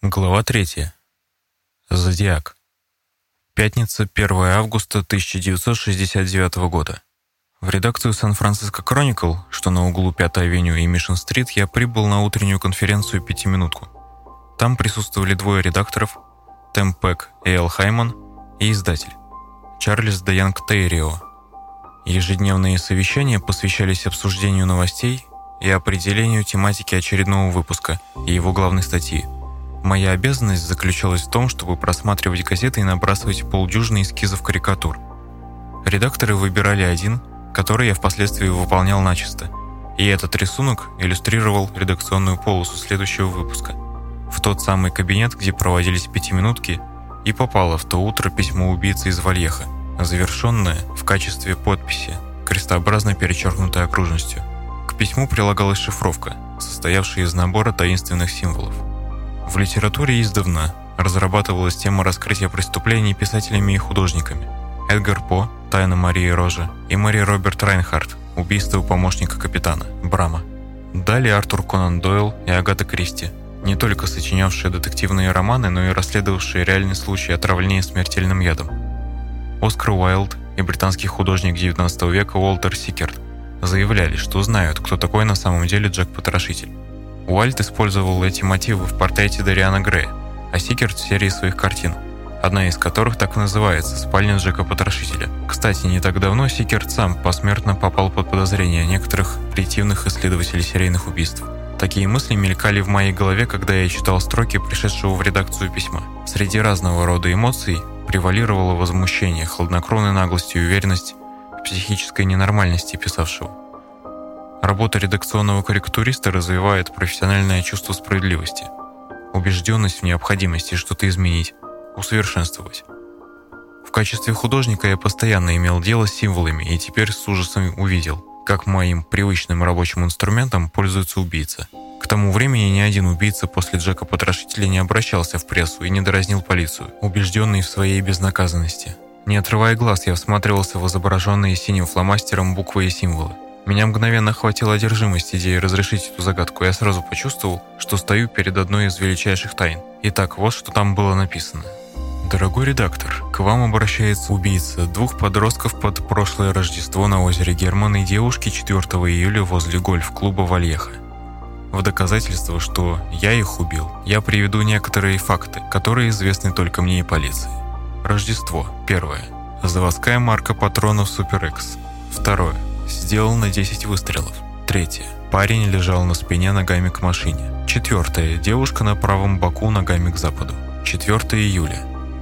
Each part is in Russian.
Глава 3. Зодиак. Пятница, 1 августа 1969 года. В редакцию Сан-Франциско Chronicle, что на углу 5-й авеню и Мишн-стрит, я прибыл на утреннюю конференцию «Пятиминутку». Там присутствовали двое редакторов, Тэм Пэк и Эл Хайман, и издатель, Чарльз де Янг Тейрио. Ежедневные совещания посвящались обсуждению новостей и определению тематики очередного выпуска и его главной статьи. Моя обязанность заключалась в том, чтобы просматривать газеты и набрасывать полдюжины эскизов карикатур. Редакторы выбирали один, который я впоследствии выполнял начисто, и этот рисунок иллюстрировал редакционную полосу следующего выпуска. В тот самый кабинет, где проводились пятиминутки, и попало в то утро письмо убийцы из Вальеха, завершенное в качестве подписи, крестообразно перечеркнутой окружностью. К письму прилагалась шифровка, состоявшая из набора таинственных символов. В литературе издавна разрабатывалась тема раскрытия преступлений писателями и художниками. Эдгар По, «Тайна Марии Рожи», и Мэри Роберт Райнхард, «Убийство помощника капитана» Брама. Далее Артур Конан Дойл и Агата Кристи, не только сочинявшие детективные романы, но и расследовавшие реальный случай отравления смертельным ядом. Оскар Уайлд и британский художник XIX века Уолтер Сикерт заявляли, что знают, кто такой на самом деле Джек-потрошитель. Уайлд использовал эти мотивы в портрете Дориана Грея, а Сикерт в серии своих картин, одна из которых так и называется «Спальня Джека-потрошителя». Кстати, не так давно Сикерт сам посмертно попал под подозрение некоторых креативных исследователей серийных убийств. Такие мысли мелькали в моей голове, когда я читал строки пришедшего в редакцию письма. Среди разного рода эмоций превалировало возмущение, хладнокровная наглость и уверенность в психической ненормальности писавшего. Работа редакционного корректуриста развивает профессиональное чувство справедливости, убежденность в необходимости что-то изменить, усовершенствовать. В качестве художника я постоянно имел дело с символами и теперь с ужасом увидел, как моим привычным рабочим инструментом пользуется убийца. К тому времени ни один убийца после Джека-потрошителя не обращался в прессу и не дразнил полицию, убежденный в своей безнаказанности. Не отрывая глаз, я всматривался в изображенные синим фломастером буквы и символы. Меня мгновенно охватила одержимость идеей разрешить эту загадку, и я сразу почувствовал, что стою перед одной из величайших тайн. Итак, вот что там было написано. «Дорогой редактор, к вам обращается убийца двух подростков под прошлое Рождество на озере Герман и девушки 4 июля возле гольф-клуба Вальеха. В доказательство, что я их убил, я приведу некоторые факты, которые известны только мне и полиции. Рождество. 1. Заводская марка патронов Super X. 2. Сделано 10 выстрелов. 3. Парень лежал на спине ногами к машине. 4. Девушка на правом боку ногами к западу. 4 июля.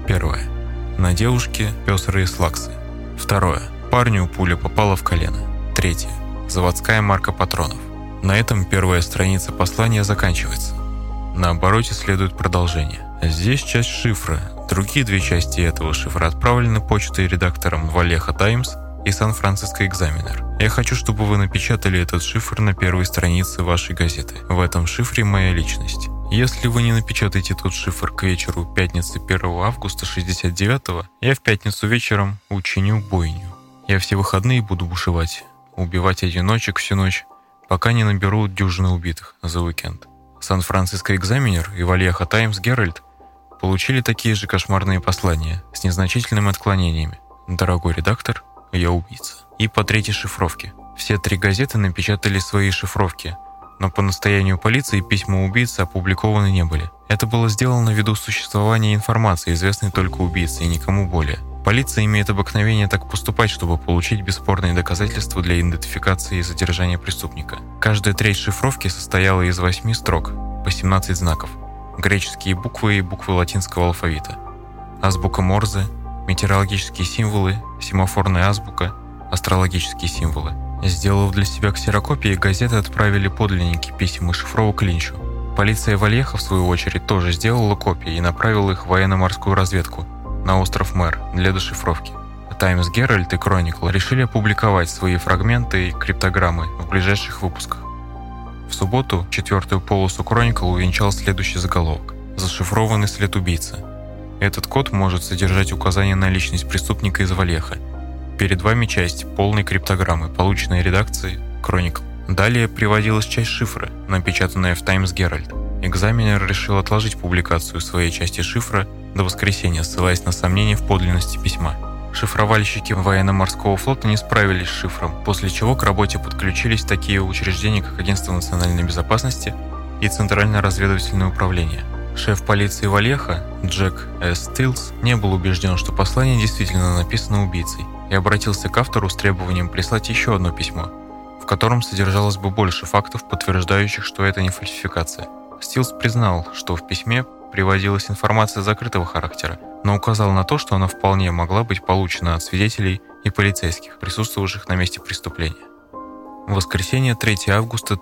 1. На девушке пестрые слаксы. 2. Парню пуля попала в колено. 3. Заводская марка патронов. На этом первая страница послания заканчивается. На обороте следует продолжение. Здесь часть шифра. Другие две части этого шифра отправлены почтой редакторам Вальеха Таймс и Сан-Франциско Экзаменер. Я хочу, чтобы вы напечатали этот шифр на первой странице вашей газеты. В этом шифре моя личность. Если вы не напечатаете тот шифр к вечеру пятницы 1 августа 69-го, я в пятницу вечером учиню бойню. Я все выходные буду бушевать, убивать одиночек всю ночь, пока не наберу дюжины убитых за уикенд. Сан-Франциско Экзаменер и Вальеха Таймс Геральд получили такие же кошмарные послания с незначительными отклонениями. Дорогой редактор, я убийца. И по третьей шифровке. Все три газеты напечатали свои шифровки, но по настоянию полиции письма убийцы опубликованы не были. Это было сделано ввиду существования информации, известной только убийце и никому более. Полиция имеет обыкновение так поступать, чтобы получить бесспорные доказательства для идентификации и задержания преступника. Каждая треть шифровки состояла из 8 строк, по 17 знаков, греческие буквы и буквы латинского алфавита, азбука Морзе, метеорологические символы, семафорная азбука, астрологические символы. Сделав для себя ксерокопии, газеты отправили подлинники писем и шифровок Линчу. Полиция Вальеха, в свою очередь, тоже сделала копии и направила их в военно-морскую разведку на остров Мэр для дешифровки. Таймс Геральд и Chronicle решили опубликовать свои фрагменты и криптограммы в ближайших выпусках. В субботу четвертую полосу Chronicle увенчал следующий заголовок: «Зашифрованный след убийцы». Этот код может содержать указания на личность преступника из Вальеха. Перед вами часть полной криптограммы, полученной редакцией Chronicle. Далее приводилась часть шифра, напечатанная в Times Herald. экзаменер решил отложить публикацию своей части шифра до воскресенья, ссылаясь на сомнения в подлинности письма. Шифровальщики военно-морского флота не справились с шифром, после чего к работе подключились такие учреждения, как Агентство национальной безопасности и Центральное разведывательное управление. Шеф полиции Вальехо, Джек С. Стилс, не был убежден, что послание действительно написано убийцей, и обратился к автору с требованием прислать еще одно письмо, в котором содержалось бы больше фактов, подтверждающих, что это не фальсификация. Стилс признал, что в письме приводилась информация закрытого характера, но указал на то, что она вполне могла быть получена от свидетелей и полицейских, присутствовавших на месте преступления. В воскресенье 3 августа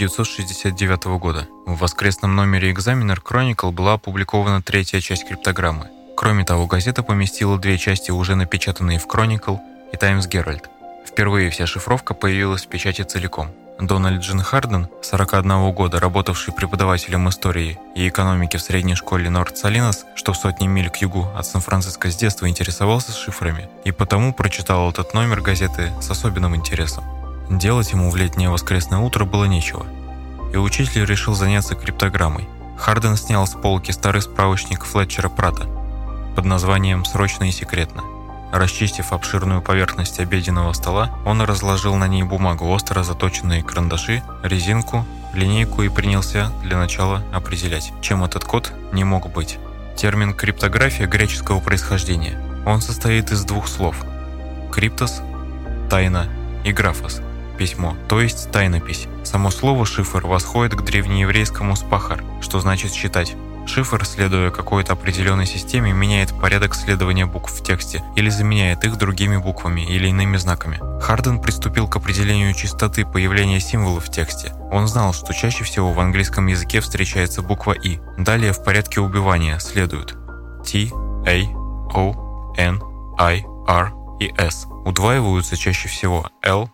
1969 года в воскресном номере Examiner Chronicle была опубликована третья часть криптограммы. Кроме того, газета поместила две части, уже напечатанные в Chronicle и Times Herald. Впервые вся шифровка появилась в печати целиком. Дональд Джин Харден, 41 года, работавший преподавателем истории и экономики в средней школе Норт Салинас, что в сотни миль к югу от Сан-Франциско, с детства интересовался шифрами и потому прочитал этот номер газеты с особенным интересом. Делать ему в летнее воскресное утро было нечего, и учитель решил заняться криптограммой. Харден снял с полки старый справочник Флетчера Пратта под названием «Срочно и секретно». Расчистив обширную поверхность обеденного стола, он разложил на ней бумагу, остро заточенные карандаши, резинку, линейку и принялся для начала определять, чем этот код не мог быть. Термин «криптография» греческого происхождения. Он состоит из двух слов «криптос» – «тайна» и «графос» – «письмо», то есть «тайнопись». Само слово «шифр» восходит к древнееврейскому «спахар», что значит «считать». Шифр, следуя какой-то определенной системе, меняет порядок следования букв в тексте или заменяет их другими буквами или иными знаками. Харден приступил к определению частоты появления символов в тексте. Он знал, что чаще всего в английском языке встречается буква «и». Далее в порядке убивания следуют T, A, O, N, I, R и S. Удваиваются чаще всего L,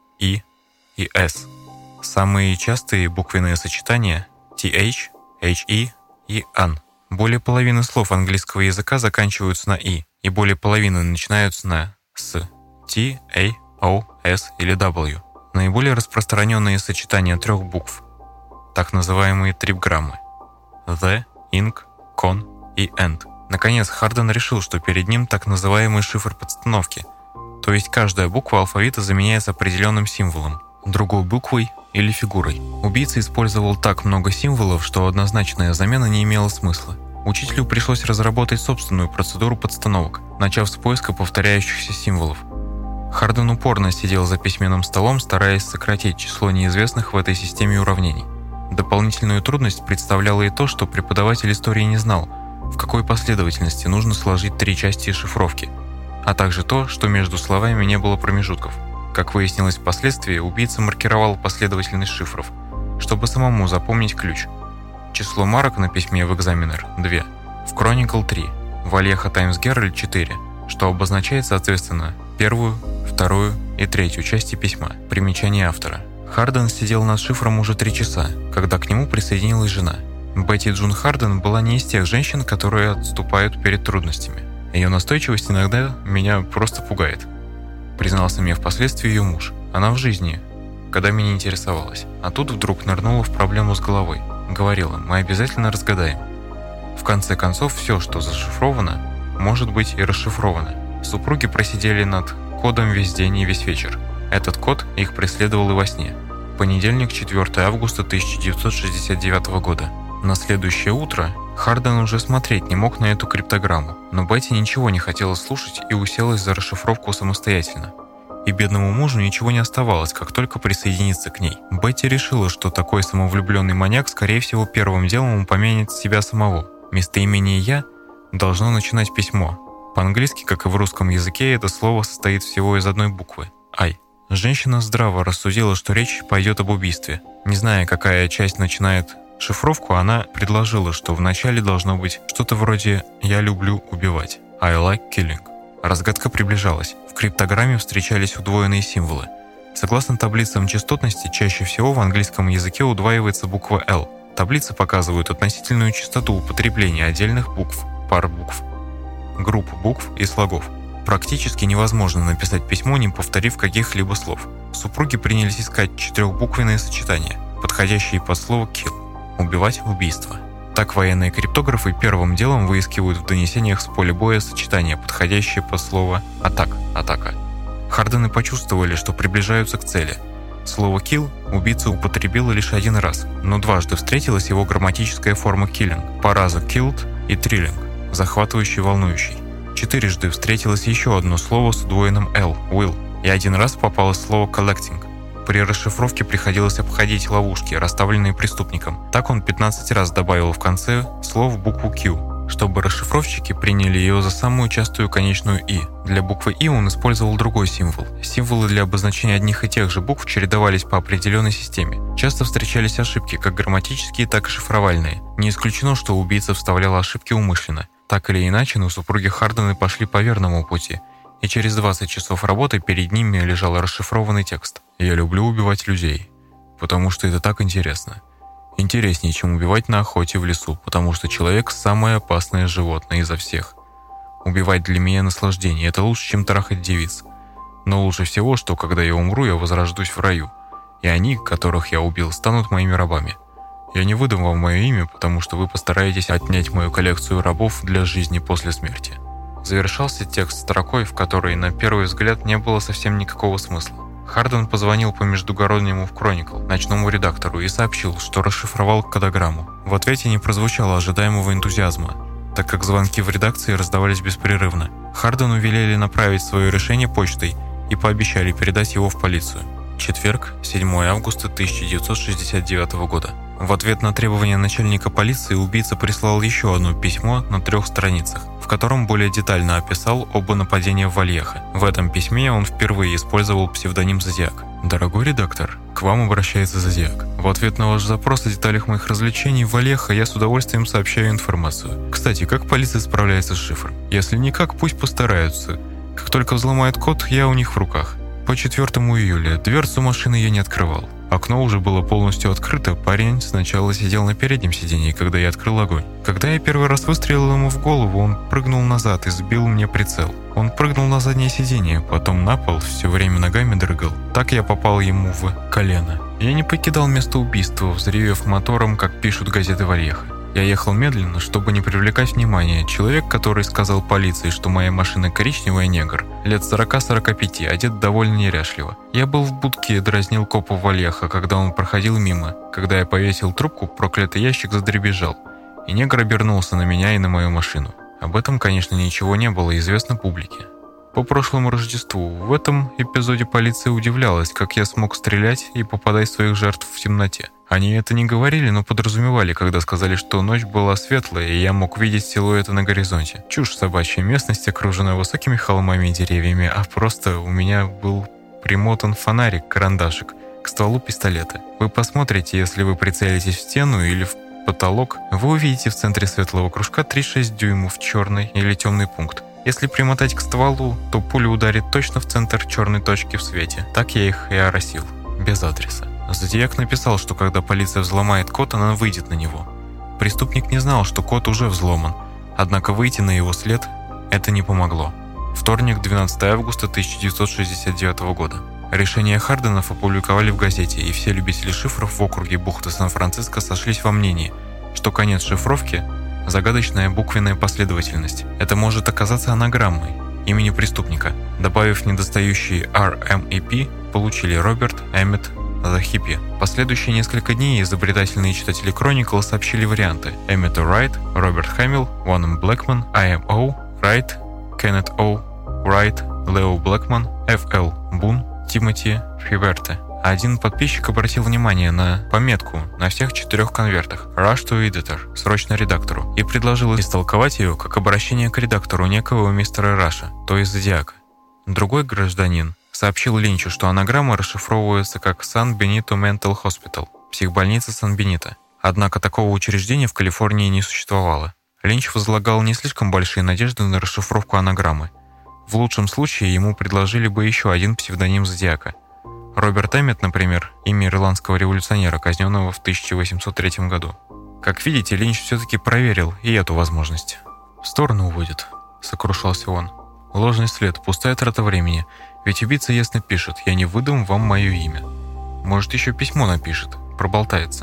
E и S. Самые частые буквенные сочетания TH, HE и «ан». Более половины слов английского языка заканчиваются на «и», и более половины начинаются на «с», «t», «a», «o», «s» или «w». Наиболее распространенные сочетания трех букв, так называемые трипграммы – «the», «ing», «con» и «and». Наконец, Харден решил, что перед ним так называемый шифр подстановки, то есть каждая буква алфавита заменяется определенным символом, другой буквой или фигурой. Убийца использовал так много символов, что однозначная замена не имела смысла. Учителю пришлось разработать собственную процедуру подстановок, начав с поиска повторяющихся символов. Харден упорно сидел за письменным столом, стараясь сократить число неизвестных в этой системе уравнений. Дополнительную трудность представляло и то, что преподаватель истории не знал, в какой последовательности нужно сложить три части шифровки, а также то, что между словами не было промежутков. Как выяснилось впоследствии, убийца маркировал последовательность шифров, чтобы самому запомнить ключ. Число марок на письме в Examiner – 2, в Chronicle – 3, в Вальехо Times Herald – 4, что обозначает, соответственно, первую, вторую и третью части письма. Примечание автора. Харден сидел над шифром уже 3 часа, когда к нему присоединилась жена. Бетти Джун Харден была не из тех женщин, которые отступают перед трудностями. Ее настойчивость иногда меня просто пугает, признался мне впоследствии ее муж. Она в жизни, когда меня интересовалась, а тут вдруг нырнула в проблему с головой. Говорила, мы обязательно разгадаем. В конце концов, все, что зашифровано, может быть и расшифровано. Супруги просидели над кодом весь день и весь вечер. Этот код их преследовал и во сне. Понедельник, 4 августа 1969 года. На следующее утро Харден уже смотреть не мог на эту криптограмму, но Бетти ничего не хотела слушать и уселась за расшифровку самостоятельно. И бедному мужу ничего не оставалось, как только присоединиться к ней. Бетти решила, что такой самовлюбленный маньяк, скорее всего, первым делом упомянет себя самого. Местоимение «я» должно начинать письмо. По-английски, как и в русском языке, это слово состоит всего из одной буквы – «I». Женщина здраво рассудила, что речь пойдет об убийстве. Не зная, какая часть начинает шифровку, она предложила, что вначале должно быть что-то вроде «я люблю убивать» – «I like killing». Разгадка приближалась. В криптограмме встречались удвоенные символы. Согласно таблицам частотности, чаще всего в английском языке удваивается буква «L». Таблицы показывают относительную частоту употребления отдельных букв, пар букв, групп букв и слогов. Практически невозможно написать письмо, не повторив каких-либо слов. Супруги принялись искать четырехбуквенные сочетания, подходящие под слово «kill». убивать, убийство. Так военные криптографы первым делом выискивают в донесениях с поля боя сочетания, подходящие под слово атака. Хардены почувствовали, что приближаются к цели. Слово «kill» убийца употребил лишь один раз, но дважды встретилась его грамматическая форма «killing», по разу «killed» и «thrilling», захватывающий, волнующий. 4 встретилось еще одно слово с удвоенным «l» – «will», и один раз попалось слово «collecting». При расшифровке приходилось обходить ловушки, расставленные преступником. Так он 15 раз добавил в конце слов букву «Q», чтобы расшифровщики приняли ее за самую частую конечную «и». Для буквы «и» он использовал другой символ. Символы для обозначения одних и тех же букв чередовались по определенной системе. Часто встречались ошибки, как грамматические, так и шифровальные. Не исключено, что убийца вставлял ошибки умышленно. Так или иначе, но супруги Хардены пошли по верному пути. И через 20 часов работы перед ними лежал расшифрованный текст. «Я люблю убивать людей, потому что это так интересно. Интереснее, чем убивать на охоте в лесу, потому что человек – самое опасное животное изо всех. Убивать для меня наслаждение – это лучше, чем трахать девиц. Но лучше всего, что когда я умру, я возрождусь в раю, и они, которых я убил, станут моими рабами. Я не выдам вам мое имя, потому что вы постараетесь отнять мою коллекцию рабов для жизни после смерти». Завершался текст строкой, в которой на первый взгляд не было совсем никакого смысла. Харден позвонил по междугороднему в Chronicle, ночному редактору, и сообщил, что расшифровал кодограмму. В ответе не прозвучало ожидаемого энтузиазма, так как звонки в редакции раздавались беспрерывно. Хардену велели направить свое решение почтой и пообещали передать его в полицию. Четверг, 7 августа 1969 года. В ответ на требования начальника полиции убийца прислал еще одно письмо на 3 страницах, в котором более детально описал оба нападения в Вальехо. В этом письме он впервые использовал псевдоним «Зодиак». «Дорогой редактор, к вам обращается Зодиак. В ответ на ваш запрос о деталях моих развлечений в Вальехо я с удовольствием сообщаю информацию. Кстати, как полиция справляется с шифром? Если никак, пусть постараются. Как только взломают код, я у них в руках. По 4 июля дверцу машины я не открывал. Окно уже было полностью открыто, парень сначала сидел на переднем сиденье, когда я открыл огонь. Когда я первый раз выстрелил ему в голову, он прыгнул назад и сбил мне прицел. Он прыгнул на заднее сиденье, потом на пол, все время ногами дрыгал. Так я попал ему в колено. Я не покидал место убийства, взревев мотором, как пишут газеты Вальехо. Я ехал медленно, чтобы не привлекать внимания. Человек, который сказал полиции, что моя машина коричневая, негр, лет 40-45, одет довольно неряшливо. Я был в будке и дразнил копа Вальехо, когда он проходил мимо. Когда я повесил трубку, проклятый ящик задребезжал, и негр обернулся на меня и на мою машину. Об этом, конечно, ничего не было известно публике. По прошлому Рождеству в этом эпизоде полиция удивлялась, как я смог стрелять и попадать в своих жертв в темноте. Они это не говорили, но подразумевали, когда сказали, что ночь была светлая, и я мог видеть силуэты на горизонте. Чушь собачья, местность окружена высокими холмами и деревьями, а просто у меня был примотан фонарик, карандашик, к стволу пистолета. Вы посмотрите, если вы прицелитесь в стену или в потолок, вы увидите в центре светлого кружка 3,6 дюймов черный или темный пункт. Если примотать к стволу, то пуля ударит точно в центр черной точки в свете. Так я их и оросил, без адреса. Зодиак написал, что когда полиция взломает код, она выйдет на него. Преступник не знал, что код уже взломан, однако выйти на его след это не помогло. Вторник, 12 августа 1969 года. Решение Харденов опубликовали в газете, и все любители шифров в округе бухты Сан-Франциско сошлись во мнении, что конец шифровки – загадочная буквенная последовательность. Это может оказаться анаграммой имени преступника. Добавив недостающие R, M и P, получили Роберт, Эммет, Захипи. Последующие несколько дней изобретательные читатели Chronicle сообщили варианты: Эммет Райт, Роберт Хэмилл, Уаннем Блэкман, I.M.O. Райт, Кеннет О. Райт, Лео Блэкман, Ф.Л. Бун, Тимоти Фиберте. Один подписчик обратил внимание на пометку на всех 4 конвертах «Rush to Editor» – «Срочно редактору», и предложил истолковать ее как обращение к редактору некого мистера Раша, то есть Зодиака. Другой гражданин сообщил Линчу, что анаграмма расшифровывается как «Сан Бенито Mental Hospital» – психбольница Сан-Бенито. Однако такого учреждения в Калифорнии не существовало. Линч возлагал не слишком большие надежды на расшифровку анаграммы. В лучшем случае ему предложили бы еще один псевдоним Зодиака. Роберт Эммет, например, имя ирландского революционера, казненного в 1803 году. Как видите, Линч все-таки проверил и эту возможность. «В сторону уводит», — сокрушался он. «Ложный след, пустая трата времени. Ведь убийца ясно пишет: я не выдам вам мое имя. Может, еще письмо напишет, проболтается.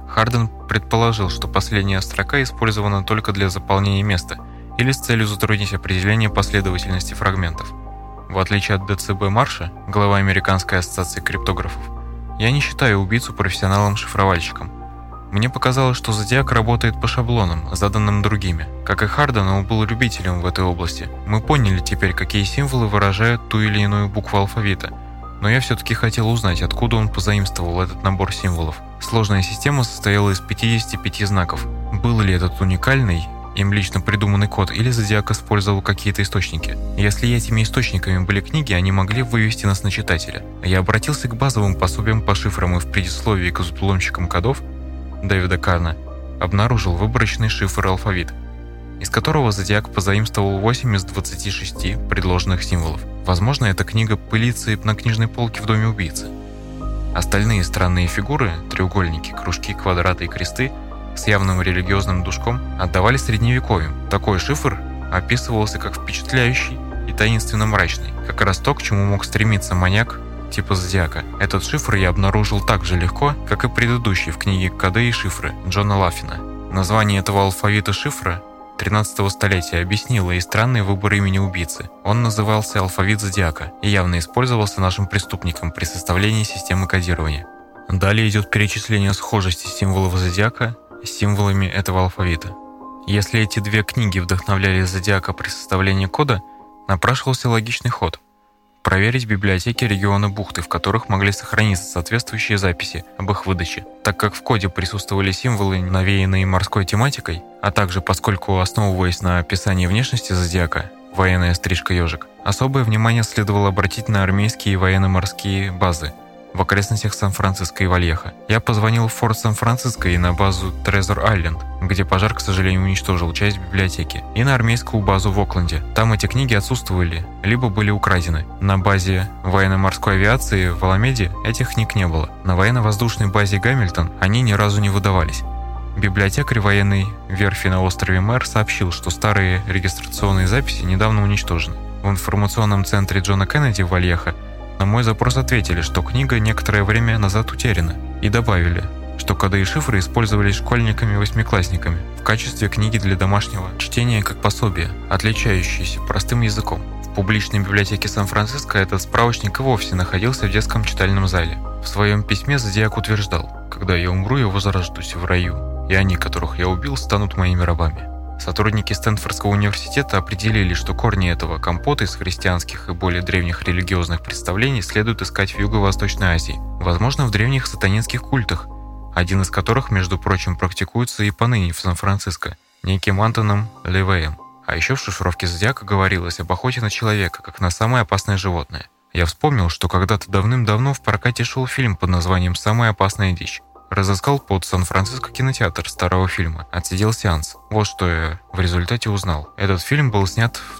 Харден предположил, что последняя строка использована только для заполнения места или с целью затруднить определение последовательности фрагментов. В отличие от ДЦБ Марша, глава Американской ассоциации криптографов, я не считаю убийцу профессионалом-шифровальщиком. Мне показалось, что Зодиак работает по шаблонам, заданным другими. Как и Харден, он был любителем в этой области. Мы поняли теперь, какие символы выражают ту или иную букву алфавита. Но я все-таки хотел узнать, откуда он позаимствовал этот набор символов. Сложная система состояла из 55 знаков. Был ли этот уникальный, им лично придуманный код, или Зодиак использовал какие-то источники? Если этими источниками были книги, они могли вывести нас на читателя. Я обратился к базовым пособиям по шифрам и в предисловии к взломщикам кодов Дэвида Карна обнаружил выборочный шифр алфавит, из которого Зодиак позаимствовал 8 из 26 предложенных символов. Возможно, эта книга пылится на книжной полке в доме убийцы. Остальные странные фигуры – треугольники, кружки, квадраты и кресты – с явным религиозным душком отдавали средневековью. Такой шифр описывался как впечатляющий и таинственно мрачный, как раз то, к чему мог стремиться маньяк типа Зодиака. Этот шифр я обнаружил так же легко, как и предыдущий в книге «Коды и шифры» Джона Лаффина. Название этого алфавита шифра 13 столетия объяснило и странный выбор имени убийцы. Он назывался алфавит Зодиака и явно использовался нашим преступником при составлении системы кодирования. Далее идет перечисление схожести символов Зодиака с символами этого алфавита. Если эти две книги вдохновляли Зодиака при составлении кода, напрашивался логичный ход – проверить библиотеки региона бухты, в которых могли сохраниться соответствующие записи об их выдаче. Так как в коде присутствовали символы, навеянные морской тематикой, а также поскольку, основываясь на описании внешности Зодиака, военная стрижка-ежик, особое внимание следовало обратить на армейские и военно-морские базы в окрестностях Сан-Франциско и Вальеха. Я позвонил в форт Сан-Франциско и на базу Трезор-Айленд, где пожар, к сожалению, уничтожил часть библиотеки, и на армейскую базу в Окленде. Там эти книги отсутствовали, либо были украдены. На базе военно-морской авиации в Аламеде этих книг не было. На военно-воздушной базе Гамильтон они ни разу не выдавались. Библиотекарь военной верфи на острове Мэр сообщил, что старые регистрационные записи недавно уничтожены. В информационном центре Джона Кеннеди в Вальеха на мой запрос ответили, что книга некоторое время назад утеряна, и добавили, что коды и шифры использовались школьниками-восьмиклассниками в качестве книги для домашнего чтения как пособие, отличающееся простым языком. В публичной библиотеке Сан-Франциско этот справочник и вовсе находился в детском читальном зале. В своем письме Зодиак утверждал: «Когда я умру, я возрождусь в раю, и они, которых я убил, станут моими рабами». Сотрудники Стэнфордского университета определили, что корни этого компота из христианских и более древних религиозных представлений следует искать в Юго-Восточной Азии, возможно, в древних сатанинских культах, один из которых, между прочим, практикуется и поныне в Сан-Франциско, неким Антоном Левеем. А еще в шифровке Зодиака говорилось об охоте на человека, как на самое опасное животное. Я вспомнил, что когда-то давным-давно в прокате шел фильм под названием «Самая опасная дичь». Разыскал под Сан-Франциско кинотеатр старого фильма, отсидел сеанс. Вот что я в результате узнал. Этот фильм был снят в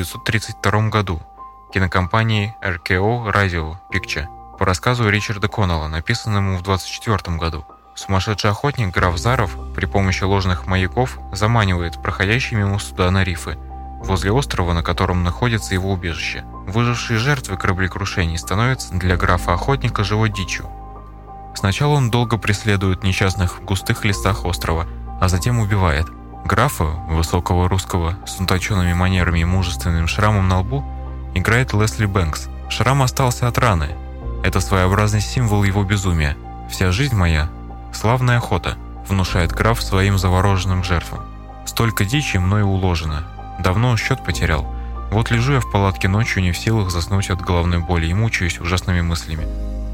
1932 году кинокомпанией RKO Radio Picture по рассказу Ричарда Коннелла, написанному в 1924 году. Сумасшедший охотник граф Заров при помощи ложных маяков заманивает проходящие мимо суда на рифы, возле острова, на котором находится его убежище. Выжившие жертвы кораблекрушений становятся для графа-охотника живой дичью. Сначала он долго преследует несчастных в густых лесах острова, а затем убивает. Графа, высокого русского, с утонченными манерами и мужественным шрамом на лбу, играет Лесли Бэнкс. Шрам остался от раны. Это своеобразный символ его безумия. «Вся жизнь моя – славная охота», – внушает граф своим завороженным жертвам. «Столько дичи мною уложено. Давно счет потерял. Вот лежу я в палатке ночью, не в силах заснуть от головной боли и мучаюсь ужасными мыслями.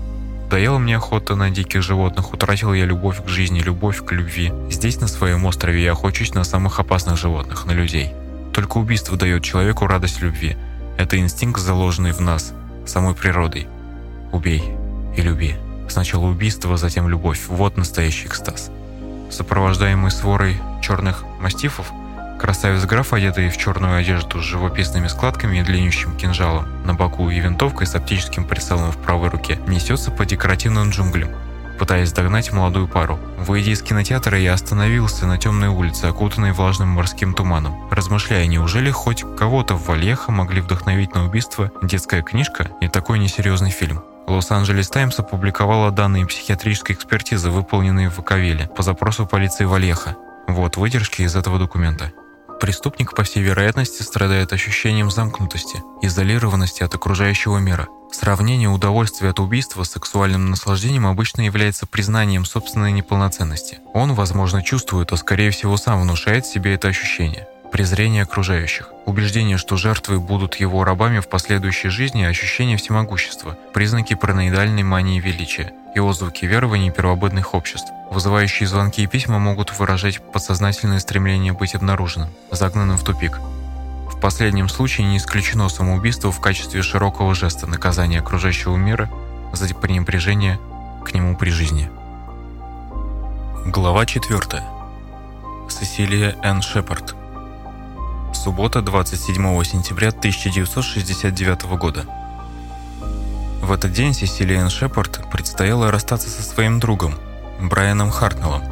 Доела мне охота на диких животных, утратил я любовь к жизни, любовь к любви. Здесь, на своем острове, я охочусь на самых опасных животных, на людей. Только убийство дает человеку радость любви. Это инстинкт, заложенный в нас, самой природой. Убей и люби. Сначала убийство, затем любовь. Вот настоящий экстаз». Сопровождаемый сворой черных мастифов, красавец-граф, одетый в черную одежду с живописными складками и длиннющим кинжалом на боку и винтовкой с оптическим прицелом в правой руке, несется по декоративным джунглям, пытаясь догнать молодую пару. Выйдя из кинотеатра, я остановился на темной улице, окутанной влажным морским туманом, размышляя, неужели хоть кого-то в Вальеха могли вдохновить на убийство детская книжка и такой несерьезный фильм. Лос-Анджелес Таймс опубликовала данные психиатрической экспертизы, выполненные в Вакавиле по запросу полиции Вальеха. Вот выдержки из этого документа. Преступник, по всей вероятности, страдает ощущением замкнутости, изолированности от окружающего мира. Сравнение удовольствия от убийства с сексуальным наслаждением обычно является признанием собственной неполноценности. Он, возможно, чувствует, а скорее всего сам внушает себе это ощущение. Презрение окружающих, убеждение, что жертвы будут его рабами в последующей жизни, ощущение всемогущества, признаки параноидальной мании величия и отзвуки верований первобытных обществ. Вызывающие звонки и письма могут выражать подсознательное стремление быть обнаруженным, загнанным в тупик. В последнем случае не исключено самоубийство в качестве широкого жеста наказания окружающего мира за пренебрежение к нему при жизни. Глава 4. Сесилия Энн Шепард. Суббота, 27 сентября 1969 года. В этот день Сесилии Энн Шепард предстояло расстаться со своим другом, Брайаном Хартнеллом.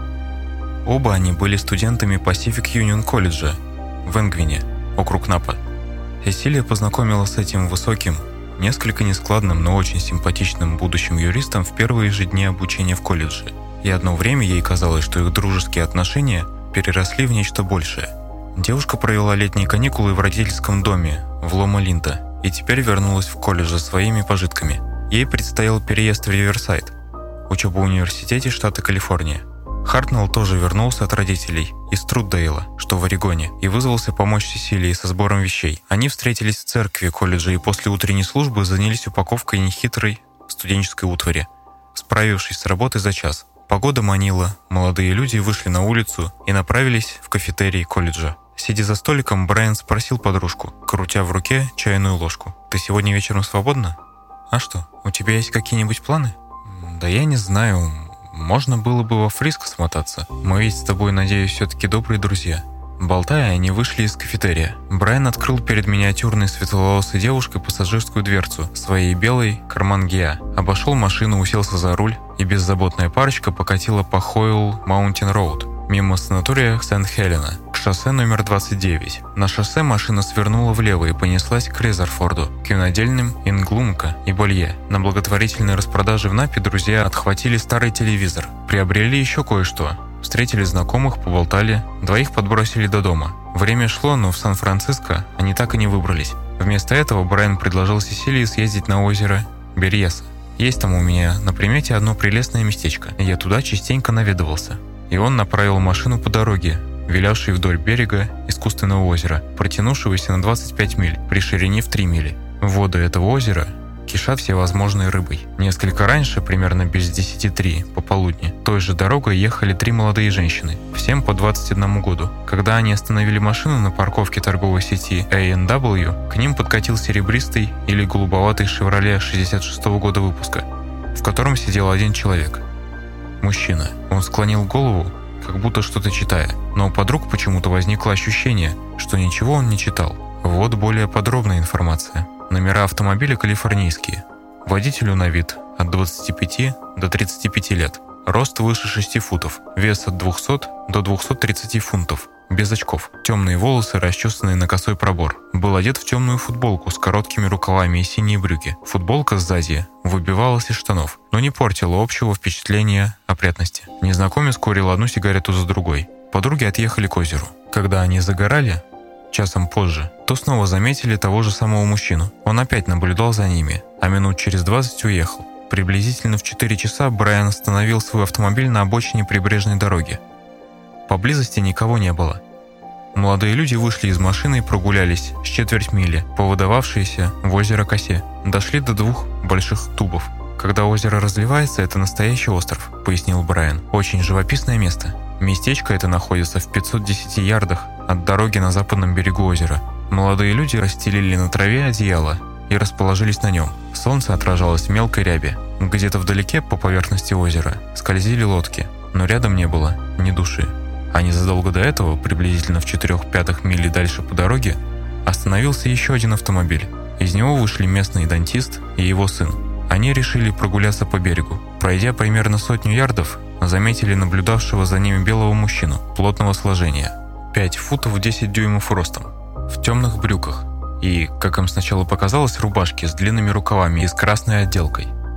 Оба они были студентами Pacific Union колледжа в Энгвине, округ Напа. Сесилия познакомила с этим высоким, несколько нескладным, но очень симпатичным будущим юристом в первые же дни обучения в колледже. И одно время ей казалось, что их дружеские отношения переросли в нечто большее. Девушка провела летние каникулы в родительском доме в Лома-Линда и теперь вернулась в колледж за своими пожитками. Ей предстоял переезд в Риверсайд, учеба в университете штата Калифорния. Хартнелл тоже вернулся от родителей из Труддейла, что в Орегоне, и вызвался помочь Сесилии со сбором вещей. Они встретились в церкви колледжа и после утренней службы занялись упаковкой нехитрой студенческой утвари, справившись с работой за час. Погода манила, молодые люди вышли на улицу и направились в кафетерий колледжа. Сидя за столиком, Брайан спросил подружку, крутя в руке чайную ложку: «Ты сегодня вечером свободна? А что, у тебя есть какие-нибудь планы?» «Да я не знаю. Можно было бы во Фриско смотаться. Мы ведь с тобой, надеюсь, все-таки добрые друзья». Болтая, они вышли из кафетерия. Брайан открыл перед миниатюрной светловолосой девушкой пассажирскую дверцу своей белой Карман Гиа, обошел машину, уселся за руль, и беззаботная парочка покатила по Хойл Маунтин Роуд, мимо санатория Сент-Хелена, к шоссе номер 29. На шоссе машина свернула влево и понеслась к Резерфорду, к винодельным Инглумка и Болье. На благотворительной распродаже в Напе друзья отхватили старый телевизор, приобрели еще кое-что. Встретили знакомых, поболтали, двоих подбросили до дома. Время шло, но в Сан-Франциско они так и не выбрались. Вместо этого Брайан предложил Сесилии съездить на озеро Берьеса. Есть там у меня на примете одно прелестное местечко. Я туда частенько наведывался. И он направил машину по дороге, вилявшей вдоль берега искусственного озера, протянувшегося на 25 миль при ширине в 3 мили. Воды этого озера кишат всевозможной рыбой. Несколько раньше, примерно без 10:03 пополудни, той же дорогой ехали 3 молодые женщины, всем по 21 году. Когда они остановили машину на парковке торговой сети A&W, к ним подкатил серебристый или голубоватый «Шевроле» 66-го года выпуска, в котором сидел один человек. Мужчина. Он склонил голову, как будто что-то читая, но у подруг почему-то возникло ощущение, что ничего он не читал. Вот более подробная информация. Номера автомобиля калифорнийские. Водителю на вид от 25 до 35 лет. Рост выше 6 футов. Вес от 200 до 230 фунтов. Без очков. Темные волосы, расчесанные на косой пробор. Был одет в темную футболку с короткими рукавами и синие брюки. Футболка сзади выбивалась из штанов, но не портила общего впечатления опрятности. Незнакомец курил одну сигарету за другой. Подруги отъехали к озеру. Когда они загорали, часом позже, то снова заметили того же самого мужчину. Он опять наблюдал за ними, а минут через 20 уехал. Приблизительно в 4 часа Брайан остановил свой автомобиль на обочине прибрежной дороги. Поблизости никого не было. Молодые люди вышли из машины и прогулялись с четверть мили по выдававшейся в озеро косе. Дошли до 2 больших дубов. «Когда озеро разливается, это настоящий остров», — пояснил Брайан. «Очень живописное место. Местечко это находится в 510 ярдах от дороги на западном берегу озера. Молодые люди расстелили на траве одеяло и расположились на нем. Солнце отражалось в мелкой ряби. Где-то вдалеке по поверхности озера скользили лодки, но рядом не было ни души. А незадолго до этого, приблизительно в 4/5 мили дальше по дороге, остановился еще один автомобиль. Из него вышли местный дантист и его сын. Они решили прогуляться по берегу. Пройдя примерно 100 ярдов, заметили наблюдавшего за ними белого мужчину, плотного сложения, 5 футов 10 дюймов ростом, в темных брюках и, как им сначала показалось, рубашке с длинными рукавами и с красной отделкой.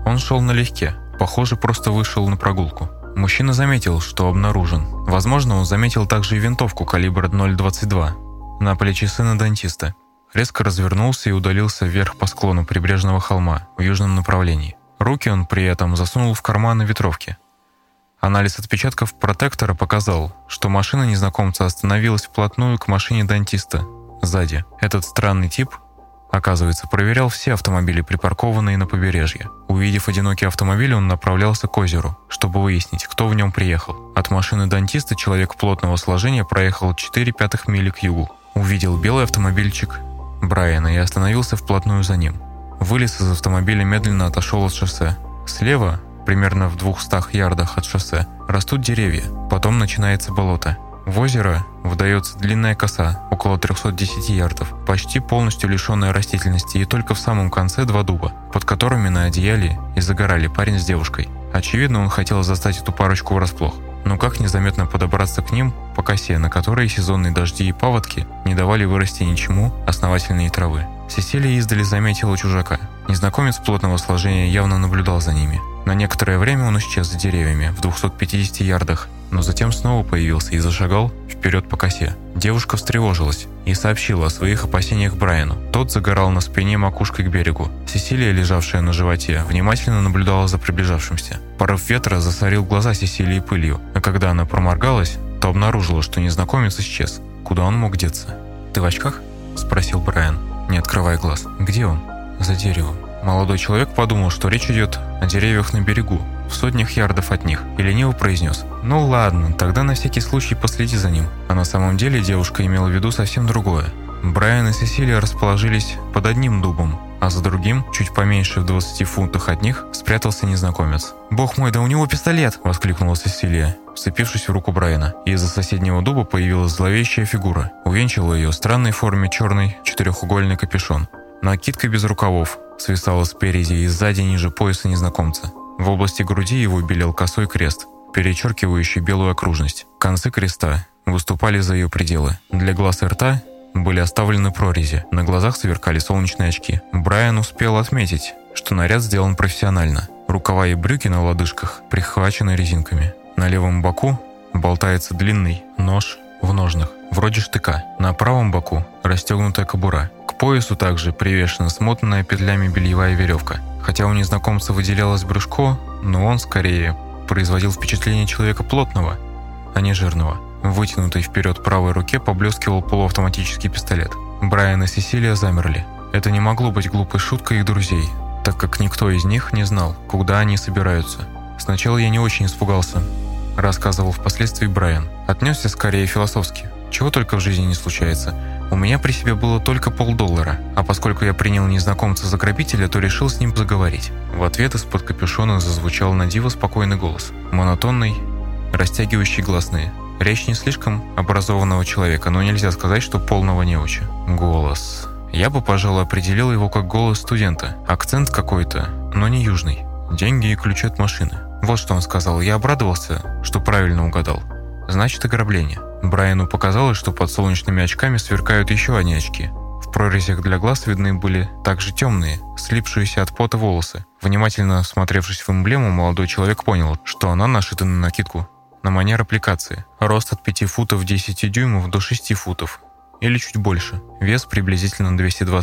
Он шел налегке, похоже, просто вышел на прогулку. Мужчина заметил, что обнаружен. Возможно, он заметил также и винтовку калибра 0,22 на плече сына дантиста. Резко развернулся и удалился вверх по склону прибрежного холма в южном направлении. Руки он при этом засунул в карманы ветровки. Анализ отпечатков протектора показал, что машина незнакомца остановилась вплотную к машине дантиста сзади. Этот странный тип, оказывается, проверял все автомобили, припаркованные на побережье. Увидев одинокий автомобиль, он направлялся к озеру, чтобы выяснить, кто в нем приехал. От машины дантиста человек плотного сложения проехал 4/5 мили к югу. Увидел белый автомобильчик Брайана и остановился вплотную за ним. Вылез из автомобиля, медленно отошел от шоссе. Слева, примерно в 200 ярдах от шоссе, растут деревья, потом начинается болото. В озеро вдается длинная коса, около 310 ярдов, почти полностью лишенная растительности, и только в самом конце 2 дуба, под которыми на одеяле и загорали парень с девушкой. Очевидно, он хотел застать эту парочку врасплох. Но как незаметно подобраться к ним по косе, на которой сезонные дожди и паводки не давали вырасти ничему основательной травы. Сесилия издали заметила чужака. Незнакомец плотного сложения явно наблюдал за ними. На некоторое время он исчез за деревьями в 250 ярдах, но затем снова появился и зашагал вперед по косе. Девушка встревожилась и сообщила о своих опасениях Брайану. Тот загорал на спине макушкой к берегу. Сесилия, лежавшая на животе, внимательно наблюдала за приближавшимся. Порыв ветра засорил глаза Сесилии пылью, а когда она проморгалась, то обнаружила, что незнакомец исчез. Куда он мог деться? «Ты в очках?» – спросил Брайан, не открывая глаз. «Где он?» «За деревом». Молодой человек подумал, что речь идет о деревьях на берегу, в сотнях ярдов от них, и лениво произнес: «Ну ладно, тогда на всякий случай последи за ним». А на самом деле девушка имела в виду совсем другое. Брайан и Сесилия расположились под одним дубом, а за другим, чуть поменьше в 20 фунтах от них, спрятался незнакомец. «Бог мой, да у него пистолет!» – воскликнула Сесилия, вцепившись в руку Брайана. И из-за соседнего дуба появилась зловещая фигура. Увенчивала ее странной форме черный четырехугольный капюшон. Накидка без рукавов свисала спереди и сзади ниже пояса незнакомца. В области груди его белел косой крест, перечеркивающий белую окружность. Концы креста выступали за ее пределы. Для глаз и рта были оставлены прорези, на глазах сверкали солнечные очки. Брайан успел отметить, что наряд сделан профессионально. Рукава и брюки на лодыжках прихвачены резинками. На левом боку болтается длинный нож в ножнах, вроде штыка. На правом боку расстегнутая кобура. К поясу также привешена смотанная петлями бельевая веревка. Хотя у незнакомца выделялось брюшко, но он скорее производил впечатление человека плотного, а не жирного. В вытянутой вперед правой руке поблескивал полуавтоматический пистолет. Брайан и Сесилия замерли. Это не могло быть глупой шуткой их друзей, так как никто из них не знал, куда они собираются. «Сначала я не очень испугался», – рассказывал впоследствии Брайан. «Отнесся скорее философски. Чего только в жизни не случается. У меня при себе было только $50, а поскольку я принял незнакомца за грабителя, то решил с ним заговорить». В ответ из-под капюшона зазвучал на диво спокойный голос, монотонный, растягивающий гласные. Речь не слишком образованного человека, но нельзя сказать, что полного неуча. Голос. Я бы, пожалуй, определил его как голос студента. Акцент какой-то, но не южный. Деньги и ключи от машины. Вот что он сказал. Я обрадовался, что правильно угадал. Значит, ограбление. Брайану показалось, что под солнечными очками сверкают еще одни очки. В прорезях для глаз видны были также темные, слипшиеся от пота волосы. Внимательно всмотревшись в эмблему, молодой человек понял, что она нашита на накидку на манер аппликации. Рост от 5 футов 10 дюймов до 6 футов, или чуть больше. Вес приблизительно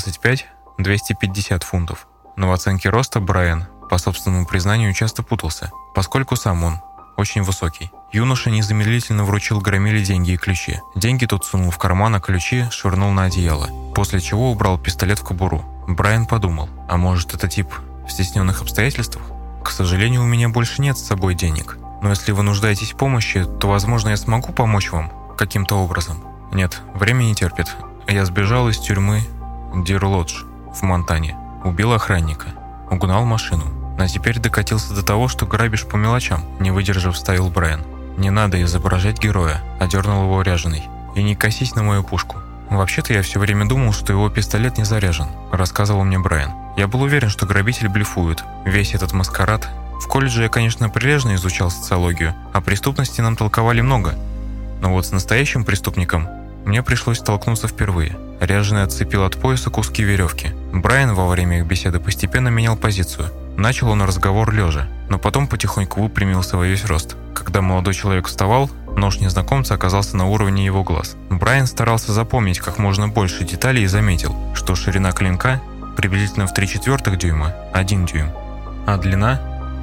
225-250 фунтов. Но в оценке роста Брайан, по собственному признанию, часто путался, поскольку сам он очень высокий. Юноша незамедлительно вручил Громиле деньги и ключи. Деньги тот сунул в карман, а ключи швырнул на одеяло, после чего убрал пистолет в кобуру. Брайан подумал, а может, это тип в стесненных обстоятельствах? К сожалению, у меня больше нет с собой денег. Но если вы нуждаетесь в помощи, то, возможно, я смогу помочь вам каким-то образом. Нет, время не терпит. Я сбежал из тюрьмы Дир-Лодж в Монтане. Убил охранника. Угнал машину. А теперь докатился до того, что грабишь по мелочам, не выдержав, вставил Брайан. «Не надо изображать героя», – одернул его ряженый. «И не косись на мою пушку». «Вообще-то я все время думал, что его пистолет не заряжен», – рассказывал мне Брайан. «Я был уверен, что грабитель блефует. Весь этот маскарад. В колледже я, конечно, прилежно изучал социологию, а преступности нам толковали много. Но вот с настоящим преступником мне пришлось столкнуться впервые». Ряженый отцепил от пояса куски веревки. Брайан во время их беседы постепенно менял позицию. Начал он разговор лежа, но потом потихоньку выпрямился во весь рост. Когда молодой человек вставал, нож незнакомца оказался на уровне его глаз. Брайан старался запомнить как можно больше деталей и заметил, что ширина клинка приблизительно в 3/4 дюйма, 1 дюйм, а длина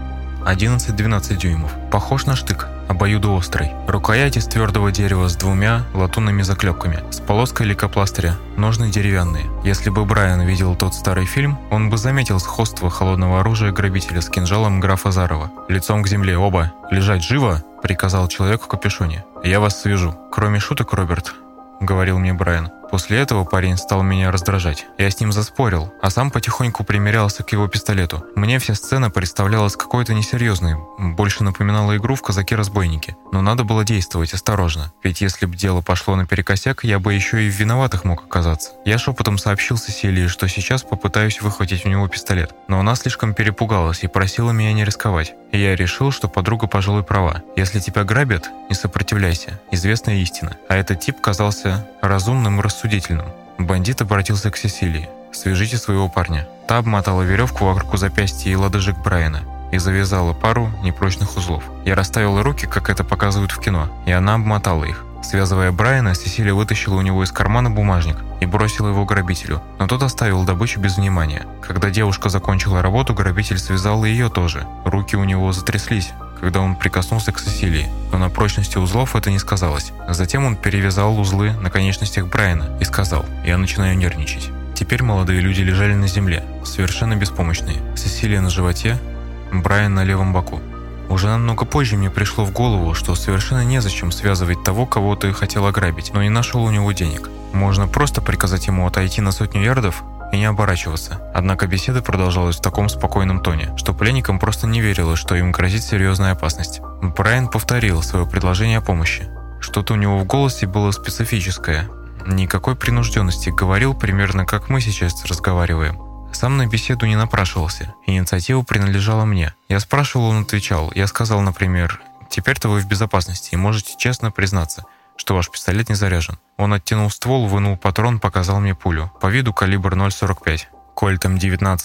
11-12 дюймов. Похож на штык, обоюдоострый. Рукоять из твердого дерева с 2 латунными заклепками, с полоской лейкопластыря, ножны деревянные. Если бы Брайан видел тот старый фильм, он бы заметил сходство холодного оружия грабителя с кинжалом графа Зарова. «Лицом к земле оба! Лежать живо!» — приказал человек в капюшоне. «Я вас свяжу». «Кроме шуток, Роберт», — говорил мне Брайан. После этого парень стал меня раздражать. Я с ним заспорил, а сам потихоньку примерялся к его пистолету. Мне вся сцена представлялась какой-то несерьезной, больше напоминала игру в «Казаки-разбойники». Но надо было действовать осторожно, ведь если бы дело пошло наперекосяк, я бы еще и в виноватых мог оказаться. Я шепотом сообщил Сесилии, что сейчас попытаюсь выхватить у него пистолет, но она слишком перепугалась и просила меня не рисковать. И я решил, что подруга, пожалуй, права. Если тебя грабят, не сопротивляйся. Известная истина. А этот тип казался разумным и рассудительным. Бандит обратился к Сесилии. «Свяжите своего парня». Та обмотала веревку вокруг запястья и лодыжек Брайана и завязала пару непрочных узлов. Я расставил руки, как это показывают в кино, и она обмотала их. Связывая Брайана, Сесилия вытащила у него из кармана бумажник и бросила его грабителю, но тот оставил добычу без внимания. Когда девушка закончила работу, грабитель связал и ее тоже. Руки у него затряслись, когда он прикоснулся к Сесилии, но на прочности узлов это не сказалось. Затем он перевязал узлы на конечностях Брайана и сказал: «Я начинаю нервничать». Теперь молодые люди лежали на земле, совершенно беспомощные. Сесилия на животе, Брайан на левом боку. Уже намного позже мне пришло в голову, что совершенно незачем связывать того, кого ты хотел ограбить, но не нашел у него денег. Можно просто приказать ему отойти на 100 ярдов и не оборачиваться. Однако беседа продолжалась в таком спокойном тоне, что пленникам просто не верилось, что им грозит серьезная опасность. Брайан повторил свое предложение о помощи. Что-то у него в голосе было специфическое. Никакой принужденности, говорил примерно как мы сейчас разговариваем. Сам на беседу не напрашивался. Инициатива принадлежала мне. Я спрашивал, он отвечал. Я сказал, например: «Теперь-то вы в безопасности и можете честно признаться, что ваш пистолет не заряжен». Он оттянул ствол, вынул патрон, показал мне пулю. По виду калибр 0,45. Кольтом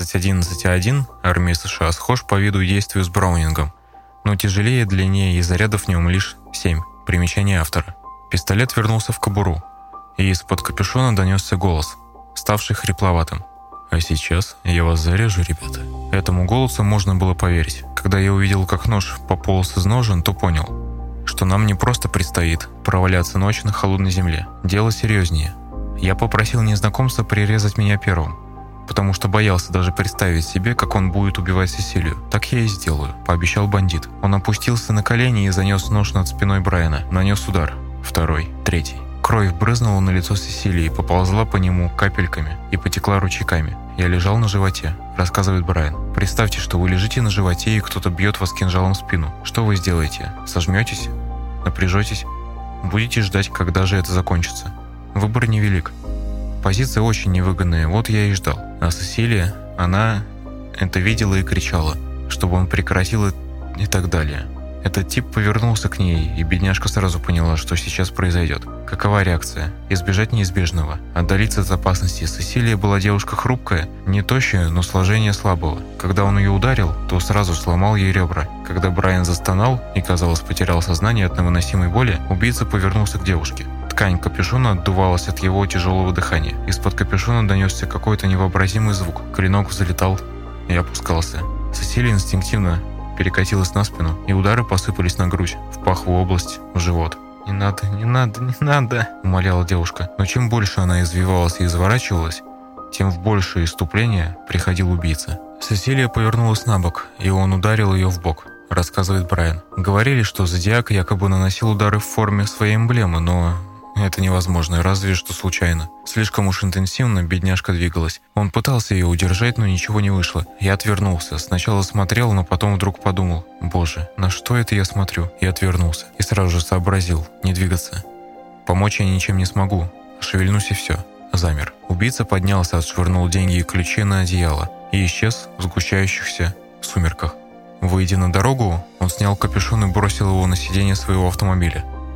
1911А1 армии США схож по виду и действию с Браунингом, но тяжелее, длиннее и зарядов в нем лишь 7. Примечание автора. Пистолет вернулся в кобуру, и из-под капюшона донесся голос, ставший хрипловатым. «А сейчас я вас зарежу, ребята». Этому голосу можно было поверить. Когда я увидел, как нож пополз из ножен, то понял, что нам не просто предстоит проваляться ночь на холодной земле. Дело серьезнее. Я попросил незнакомца прирезать меня первым, потому что боялся даже представить себе, как он будет убивать Сесилию. «Так я и сделаю», — пообещал бандит. Он опустился на колени и занес нож над спиной Брайана. Нанес удар. Второй. Третий. Кровь брызнула на лицо Сесилии, поползла по нему капельками и потекла ручейками. «Я лежал на животе», — рассказывает Брайан. «Представьте, что вы лежите на животе, и кто-то бьет вас кинжалом в спину. Что вы сделаете? Сожметесь? Напряжетесь? Будете ждать, когда же это закончится? Выбор невелик. Позиция очень невыгодная, вот я и ждал. А Сесилия, она это видела и кричала, чтобы он прекратил и так далее». Этот тип повернулся к ней, и бедняжка сразу поняла, что сейчас произойдет. Какова реакция? Избежать неизбежного. Отдалиться от опасности. Сесилия была девушка хрупкая, не тощая, но сложение слабого. Когда он ее ударил, то сразу сломал ей ребра. Когда Брайан застонал и, казалось, потерял сознание от невыносимой боли, убийца повернулся к девушке. Ткань капюшона отдувалась от его тяжелого дыхания. Из-под капюшона донесся какой-то невообразимый звук. Клинок взлетал и опускался. Сесилия инстинктивно перекатилась на спину, и удары посыпались на грудь, в паховую область, в живот. «Не надо, не надо, не надо!» — умоляла девушка. Но чем больше она извивалась и изворачивалась, тем в большее иступление приходил убийца. Сесилия повернулась на бок, и он ударил ее в бок, рассказывает Брайан. Говорили, что Зодиак якобы наносил удары в форме своей эмблемы, но это невозможно, разве что случайно. Слишком уж интенсивно бедняжка двигалась. Он пытался ее удержать, но ничего не вышло. Я отвернулся. Сначала смотрел, но потом вдруг подумал: «Боже, на что это я смотрю?» И отвернулся. И сразу же сообразил: не двигаться. Помочь я ничем не смогу. Шевельнусь и все. Замер. Убийца поднялся, отшвырнул деньги и ключи на одеяло и исчез в сгущающихся сумерках. Выйдя на дорогу, он снял капюшон и бросил его на сиденье своего автомобиля.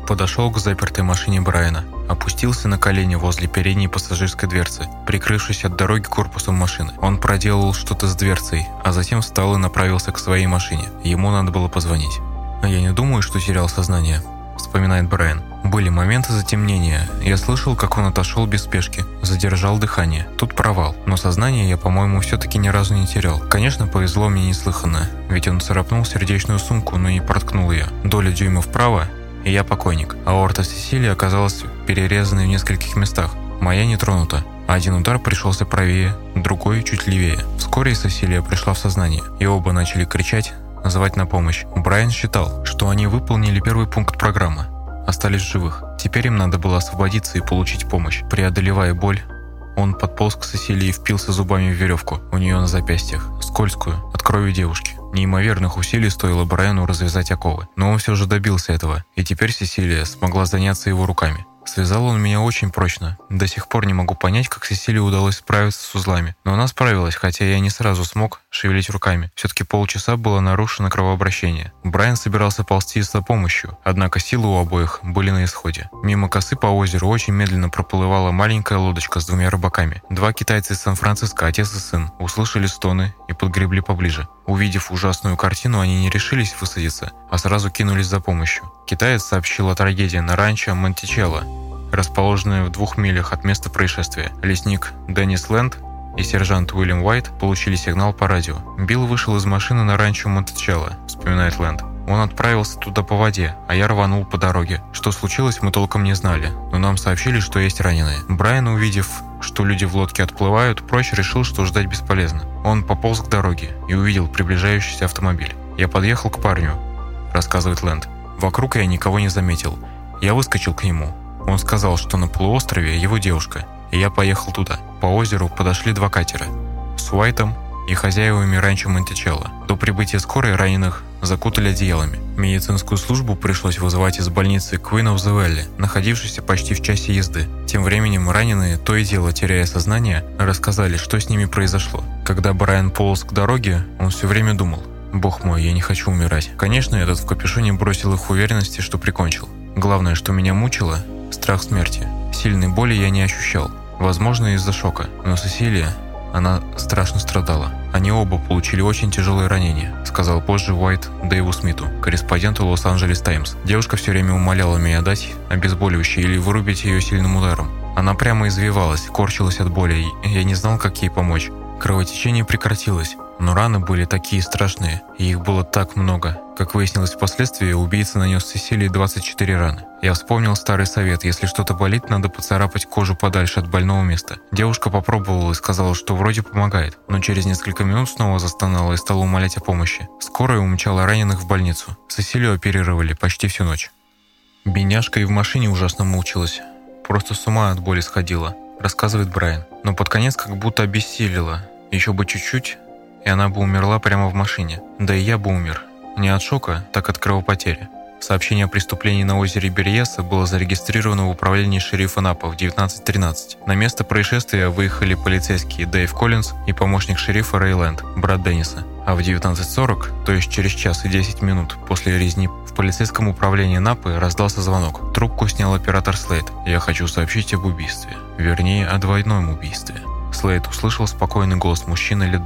Подошел к запертой машине Брайана, опустился на колени возле передней пассажирской дверцы, прикрывшись от дороги корпусом машины. Он проделал что-то с дверцей, а затем встал и направился к своей машине. Ему надо было позвонить. «Я не думаю, что терял сознание», — вспоминает Брайан. «Были моменты затемнения. Я слышал, как он отошел без спешки, задержал дыхание. Тут провал. Но сознание я, по-моему, все-таки ни разу не терял. Конечно, повезло мне неслыханно, ведь он царапнул сердечную сумку, но не проткнул ее. Доля дюйма вправо, и я покойник. Аорта Сесилии оказалась перерезанной в нескольких местах. Моя не тронута. Один удар пришелся правее, другой чуть левее. Вскоре Сесилия пришла в сознание, и оба начали кричать, звать на помощь. Брайан считал, что они выполнили первый пункт программы, остались в живых. Теперь им надо было освободиться и получить помощь. Преодолевая боль, он подполз к Сесилии и впился зубами в веревку у нее на запястьях, скользкую, от крови девушки. Неимоверных усилий стоило Брайану развязать оковы, но он все же добился этого, и теперь Сесилия смогла заняться его руками. Связал он меня очень прочно. До сих пор не могу понять, как Сесилии удалось справиться с узлами. Но она справилась, хотя я не сразу смог шевелить руками. Все-таки полчаса было нарушено кровообращение. Брайан собирался ползти за помощью, однако силы у обоих были на исходе. Мимо косы по озеру очень медленно проплывала маленькая лодочка с двумя рыбаками. Два китайца из Сан-Франциско, отец и сын, услышали стоны и подгребли поближе. Увидев ужасную картину, они не решились высадиться, а сразу кинулись за помощью. Китаец сообщил о трагедии на ранчо Монтичелло, расположенное в 2 милях от места происшествия. Лесник Деннис Лэнд и сержант Уильям Уайт получили сигнал по радио. Билл вышел из машины на ранчо Монтичелло, вспоминает Лэнд. Он отправился туда по воде, а я рванул по дороге. Что случилось, мы толком не знали, но нам сообщили, что есть раненые. Брайан, увидев, что люди в лодке отплывают, прочь решил, что ждать бесполезно. Он пополз к дороге и увидел приближающийся автомобиль. «Я подъехал к парню», — рассказывает Лэнд. «Вокруг я никого не заметил. Я выскочил к нему. Он сказал, что на полуострове его девушка, и я поехал туда. По озеру подошли 2 катера с Уайтом и хозяевами ранчо Монтичелло. До прибытия скорой раненых закутали одеялами. Медицинскую службу пришлось вызывать из больницы Queen of the Valley, находившейся почти в часе езды. Тем временем раненые, то и дело теряя сознание, рассказали, что с ними произошло. Когда Брайан полз к дороге, он все время думал: «Бог мой, я не хочу умирать». Конечно, этот в капюшоне бросил их в уверенности, что прикончил. Главное, что меня мучило – страх смерти. Сильной боли я не ощущал. Возможно, из-за шока. Но Сесилия, она страшно страдала. Они оба получили очень тяжелые ранения, сказал позже Уайт Дэйву Смиту, корреспонденту Лос-Анджелес Таймс. Девушка все время умоляла меня дать обезболивающее или вырубить ее сильным ударом. Она прямо извивалась, корчилась от боли, и я не знал, как ей помочь. Кровотечение прекратилось, но раны были такие страшные, и их было так много. Как выяснилось впоследствии, убийца нанес Сесилии 24 раны. Я вспомнил старый совет: если что-то болит, надо поцарапать кожу подальше от больного места. Девушка попробовала и сказала, что вроде помогает, но через несколько минут снова застонала и стала умолять о помощи. Скорая умчала раненых в больницу. Сесилию оперировали почти всю ночь. Бедняжка и в машине ужасно мучилась. Просто с ума от боли сходила, рассказывает Брайан. Но под конец как будто обессилила. Еще бы чуть-чуть, и она бы умерла прямо в машине. Да и я бы умер. Не от шока, так от кровопотери. Сообщение о преступлении на озере Берьеса было зарегистрировано в управлении шерифа Напа в 19:13. На место происшествия выехали полицейские Дэйв Коллинз и помощник шерифа Рэй Лэнд, брат Денниса. А в 19:40, то есть через час и 10 минут после резни, в полицейском управлении Напы раздался звонок. Трубку снял оператор Слейд. «Я хочу сообщить об убийстве. Вернее, о двойном убийстве». Слейд услышал спокойный голос мужчины лет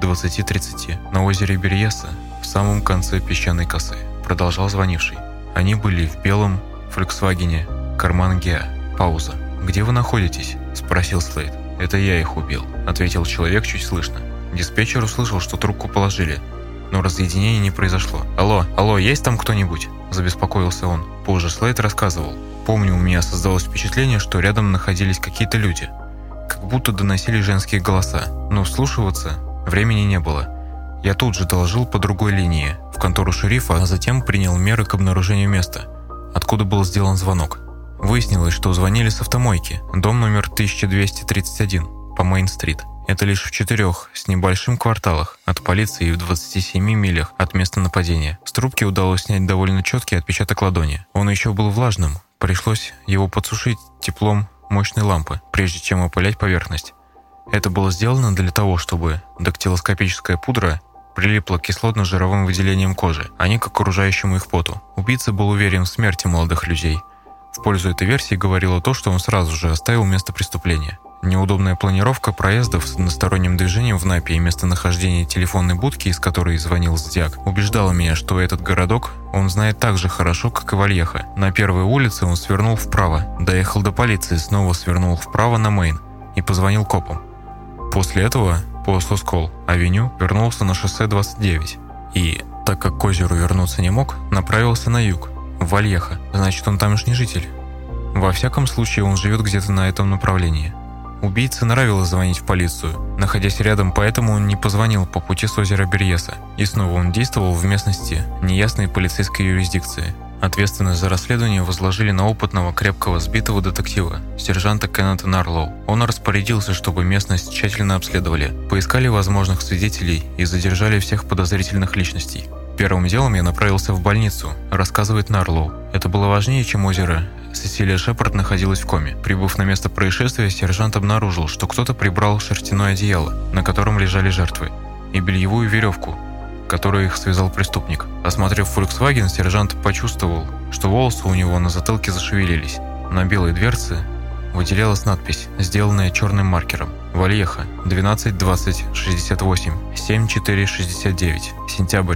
20-30 на озере Берьеса в самом конце песчаной косы. Продолжал звонивший. Они были в белом «Фольксвагене» Карман Геа. Пауза. «Где вы находитесь?» – спросил Слейд. «Это я их убил», – ответил человек чуть слышно. Диспетчер услышал, что трубку положили, но разъединения не произошло. «Алло, есть там кто-нибудь?» – забеспокоился он. Позже Слейд рассказывал. «Помню, у меня создалось впечатление, что рядом находились какие-то люди. Как будто доносили женские голоса, но вслушиваться времени не было. Я тут же доложил по другой линии, в контору шерифа, а затем принял меры к обнаружению места, откуда был сделан звонок. Выяснилось, что звонили с автомойки, дом номер 1231 по Мейн-стрит. Это лишь в 4 с небольшим кварталах от полиции и в 27 милях от места нападения. С трубки удалось снять довольно четкий отпечаток ладони. Он еще был влажным, пришлось его подсушить теплом мощной лампы, прежде чем опылять поверхность. Это было сделано для того, чтобы дактилоскопическая пудра прилипла к кислотно-жировым выделениям кожи, а не к окружающему их поту. Убийца был уверен в смерти молодых людей, В пользу этой версии говорило то, что он сразу же оставил место преступления. Неудобная планировка проездов с односторонним движением в Напе и местонахождение телефонной будки, из которой звонил Зодиак, убеждало меня, что этот городок он знает так же хорошо, как и Вальехо. На первой улице он свернул вправо, доехал до полиции, снова свернул вправо на Мейн и позвонил копам. После этого по Соскол-авеню вернулся на шоссе 29 и, так как к озеру вернуться не мог, направился на юг, в Вальехо. Значит, он тамошний житель. Во всяком случае, он живет где-то на этом направлении. Убийце нравилось звонить в полицию. Находясь рядом, поэтому он не позвонил по пути с озера Берьеса. И снова он действовал в местности неясной полицейской юрисдикции. Ответственность за расследование возложили на опытного, крепкого, сбитого детектива, сержанта Кеннета Нарлоу. Он распорядился, чтобы местность тщательно обследовали, поискали возможных свидетелей и задержали всех подозрительных личностей. Первым делом я направился в больницу, рассказывает Нарлоу. Это было важнее, чем озеро. Сесилия Шепард находилась в коме. Прибыв на место происшествия, сержант обнаружил, что кто-то прибрал шерстяное одеяло, на котором лежали жертвы, и бельевую веревку, которой их связал преступник. Осмотрев Volkswagen, сержант почувствовал, что волосы у него на затылке зашевелились. На белой дверце выделялась надпись, сделанная черным маркером. Вальехо, 12-20-68, 7-4-69, сентябрь,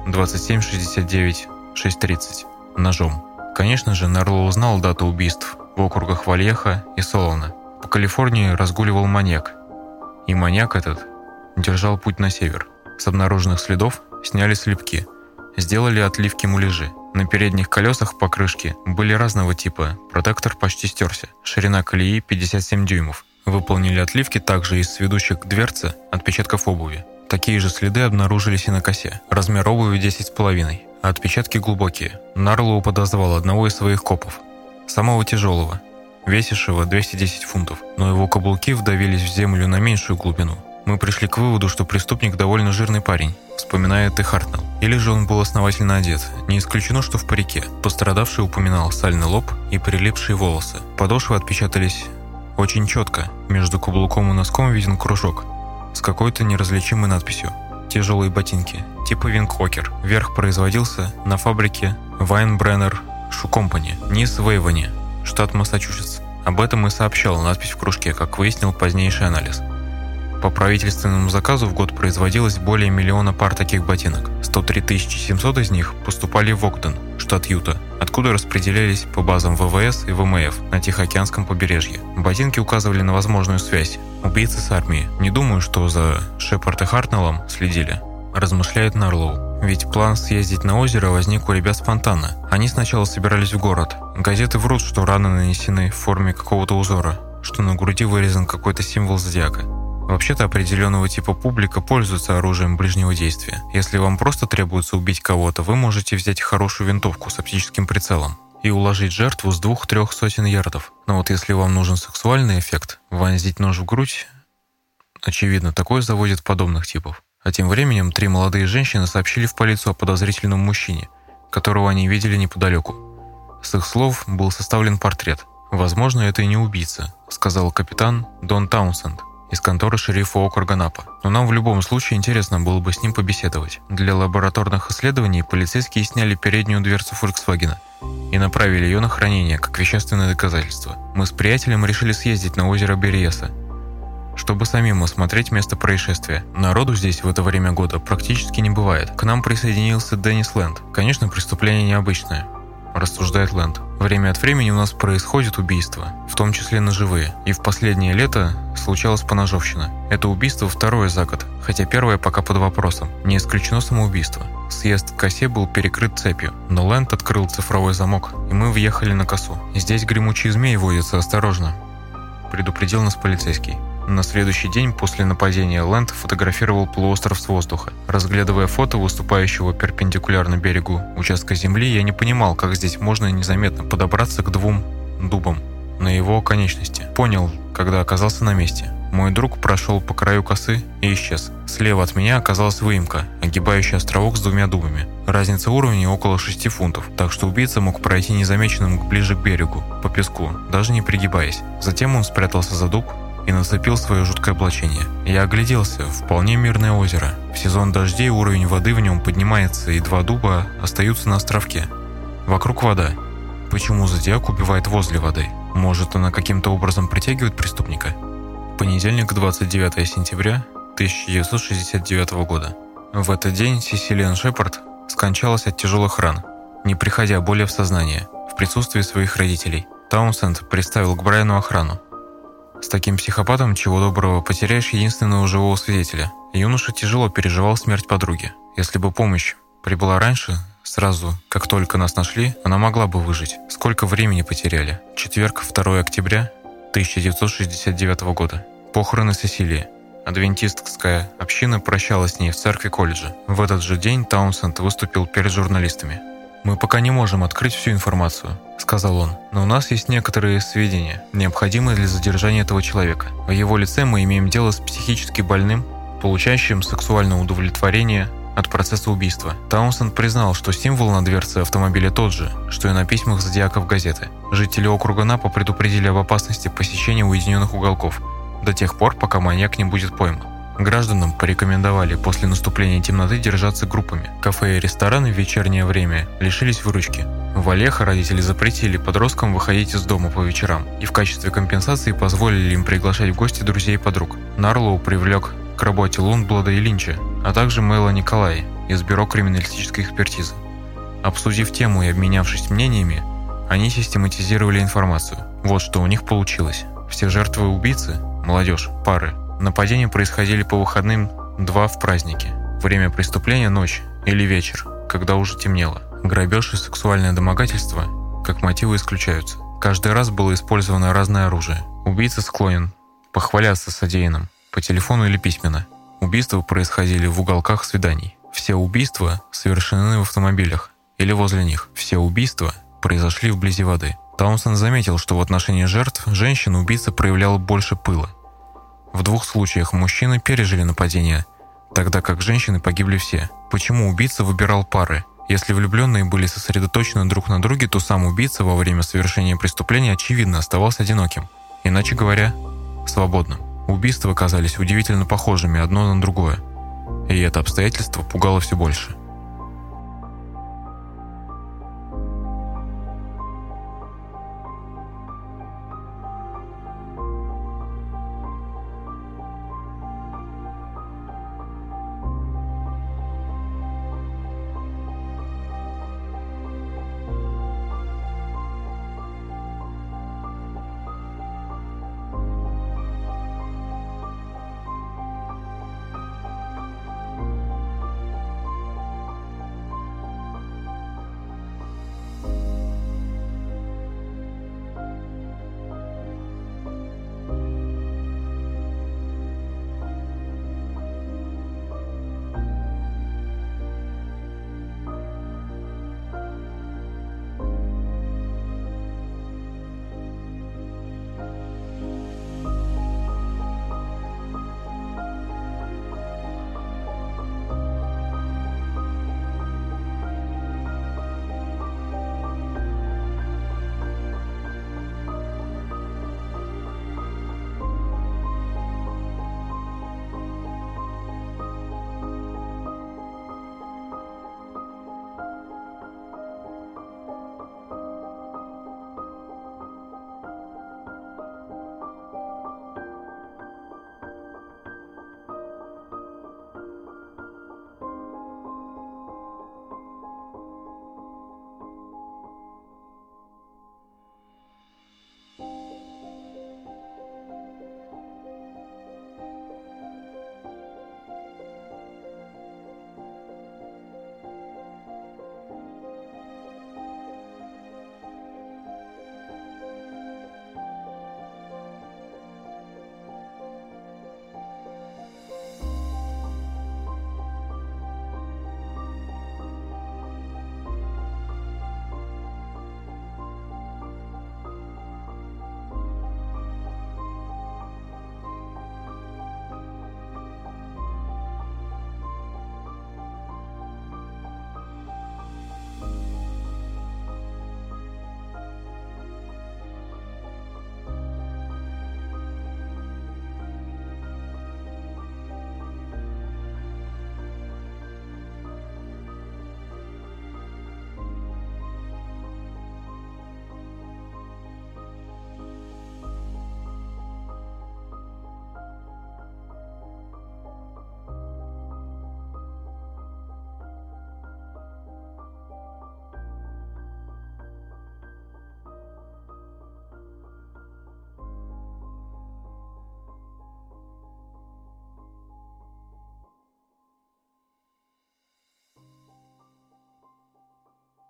27-69, 6-30, ножом. Конечно же, Нарлоу узнал дату убийств в округах Вальехо и Солона. По Калифорнии разгуливал маньяк. И маньяк этот держал путь на север. С обнаруженных следов сняли слепки, сделали отливки муляжи. На передних колесах покрышки были разного типа, протектор почти стерся, ширина колеи 57 дюймов. Выполнили отливки также из ведущих к дверце отпечатков обуви. Такие же следы обнаружились и на косе, размер обуви 10,5, а отпечатки глубокие. Нарлоу подозвал одного из своих копов, самого тяжелого, весившего 210 фунтов, но его каблуки вдавились в землю на меньшую глубину. Мы пришли к выводу, что преступник довольно жирный парень, вспоминает и Хартнелл. Или же он был основательно одет. Не исключено, что в парике. Пострадавший упоминал сальный лоб и прилипшие волосы. Подошвы отпечатались очень четко. Между каблуком и носком виден кружок с какой-то неразличимой надписью. Тяжелые ботинки, типа Винкхокер. Верх производился на фабрике Weinbrenner Shoe Company, низ в Эйвоне, штат Массачусетс. Об этом и сообщала надпись в кружке, как выяснил позднейший анализ. По правительственному заказу в год производилось более 1 миллиона пар таких ботинок. 103 700 из них поступали в Огден, штат Юта, откуда распределялись по базам ВВС и ВМФ на Тихоокеанском побережье. Ботинки указывали на возможную связь убийцы с армией. Не думаю, что за Шепард и Хартнеллом следили, размышляет Нарлоу. Ведь план съездить на озеро возник у ребят спонтанно. Они сначала собирались в город. Газеты врут, что раны нанесены в форме какого-то узора, что на груди вырезан какой-то символ зодиака. Вообще-то определенного типа публика пользуется оружием ближнего действия. Если вам просто требуется убить кого-то, вы можете взять хорошую винтовку с оптическим прицелом и уложить жертву с 2-3 сотен ярдов. Но вот если вам нужен сексуальный эффект, вонзить нож в грудь, очевидно, такое заводит подобных типов. А тем временем 3 молодые женщины сообщили в полицию о подозрительном мужчине, которого они видели неподалеку. С их слов был составлен портрет. «Возможно, это и не убийца», — сказал капитан Дон Таунсенд из конторы шерифа округа Напа. Но нам в любом случае интересно было бы с ним побеседовать. Для лабораторных исследований полицейские сняли переднюю дверцу Volkswagen и направили ее на хранение, как вещественное доказательство. Мы с приятелем решили съездить на озеро Берьеса, чтобы самим осмотреть место происшествия. Народу здесь в это время года практически не бывает. К нам присоединился Деннис Лэнд. Конечно, преступление необычное, рассуждает Лэнд. Время от времени у нас происходит убийство, в том числе ножевые. И в последнее лето случалась поножовщина. Это убийство второе за год, хотя первое пока под вопросом. Не исключено самоубийство. Съезд к косе был перекрыт цепью, но Лэнд открыл цифровой замок, и мы въехали на косу. Здесь гремучие змеи водятся, осторожно, предупредил нас полицейский. На следующий день после нападения Лэнд фотографировал полуостров с воздуха. Разглядывая фото выступающего перпендикулярно берегу участка земли, я не понимал, как здесь можно незаметно подобраться к 2 дубам на его конечности. Понял, когда оказался на месте. Мой друг прошел по краю косы и исчез. Слева от меня оказалась выемка, огибающая островок с 2 дубами. Разница уровня около 6 фунтов, так что убийца мог пройти незамеченным ближе к берегу, по песку, даже не пригибаясь. Затем он спрятался за дуб и нацепил свое жуткое облачение. Я огляделся, вполне мирное озеро. В сезон дождей уровень воды в нем поднимается, и 2 дуба остаются на островке. Вокруг вода. Почему зодиак убивает возле воды? Может, она каким-то образом притягивает преступника? Понедельник, 29 сентября 1969 года. В этот день Сесилиан Шепард скончалась от тяжелых ран, не приходя более в сознание, в присутствии своих родителей. Таунсенд приставил к Брайану охрану. С таким психопатом чего доброго потеряешь единственного живого свидетеля. Юноша тяжело переживал смерть подруги. Если бы помощь прибыла раньше, сразу, как только нас нашли, она могла бы выжить. Сколько времени потеряли? Четверг, 2 октября 1969 года. Похороны Сесилии. Адвентистская община прощалась с ней в церкви колледжа. В этот же день Таунсенд выступил перед журналистами. «Мы пока не можем открыть всю информацию», — сказал он, «но у нас есть некоторые сведения, необходимые для задержания этого человека. В его лице мы имеем дело с психически больным, получающим сексуальное удовлетворение от процесса убийства». Таунсенд признал, что символ на дверце автомобиля тот же, что и на письмах зодиаков газеты. Жители округа Напа предупредили об опасности посещения уединенных уголков до тех пор, пока маньяк не будет пойман. Гражданам порекомендовали после наступления темноты держаться группами. Кафе и рестораны в вечернее время лишились выручки. В Валехо родители запретили подросткам выходить из дома по вечерам и в качестве компенсации позволили им приглашать в гости друзей и подруг. Нарлоу привлек к работе Лундблада и Линча, а также Мэла Николай из Бюро криминалистической экспертизы. Обсудив тему и обменявшись мнениями, они систематизировали информацию. Вот что у них получилось. Все жертвы убийцы – молодежь, пары. Нападения происходили по выходным, 2 в праздники. Время преступления – ночь или вечер, когда уже темнело. Грабеж и сексуальное домогательство как мотивы исключаются. Каждый раз было использовано разное оружие. Убийца склонен похваляться содеянным по телефону или письменно. Убийства происходили в уголках свиданий. Все убийства совершены в автомобилях или возле них. Все убийства произошли вблизи воды. Таунсенд заметил, что в отношении жертв женщин убийца проявлял больше пыла. В 2 случаях мужчины пережили нападение, тогда как женщины погибли все. Почему убийца выбирал пары? Если влюбленные были сосредоточены друг на друге, то сам убийца во время совершения преступления очевидно оставался одиноким. Иначе говоря, свободным. Убийства казались удивительно похожими одно на другое, и это обстоятельство пугало все больше.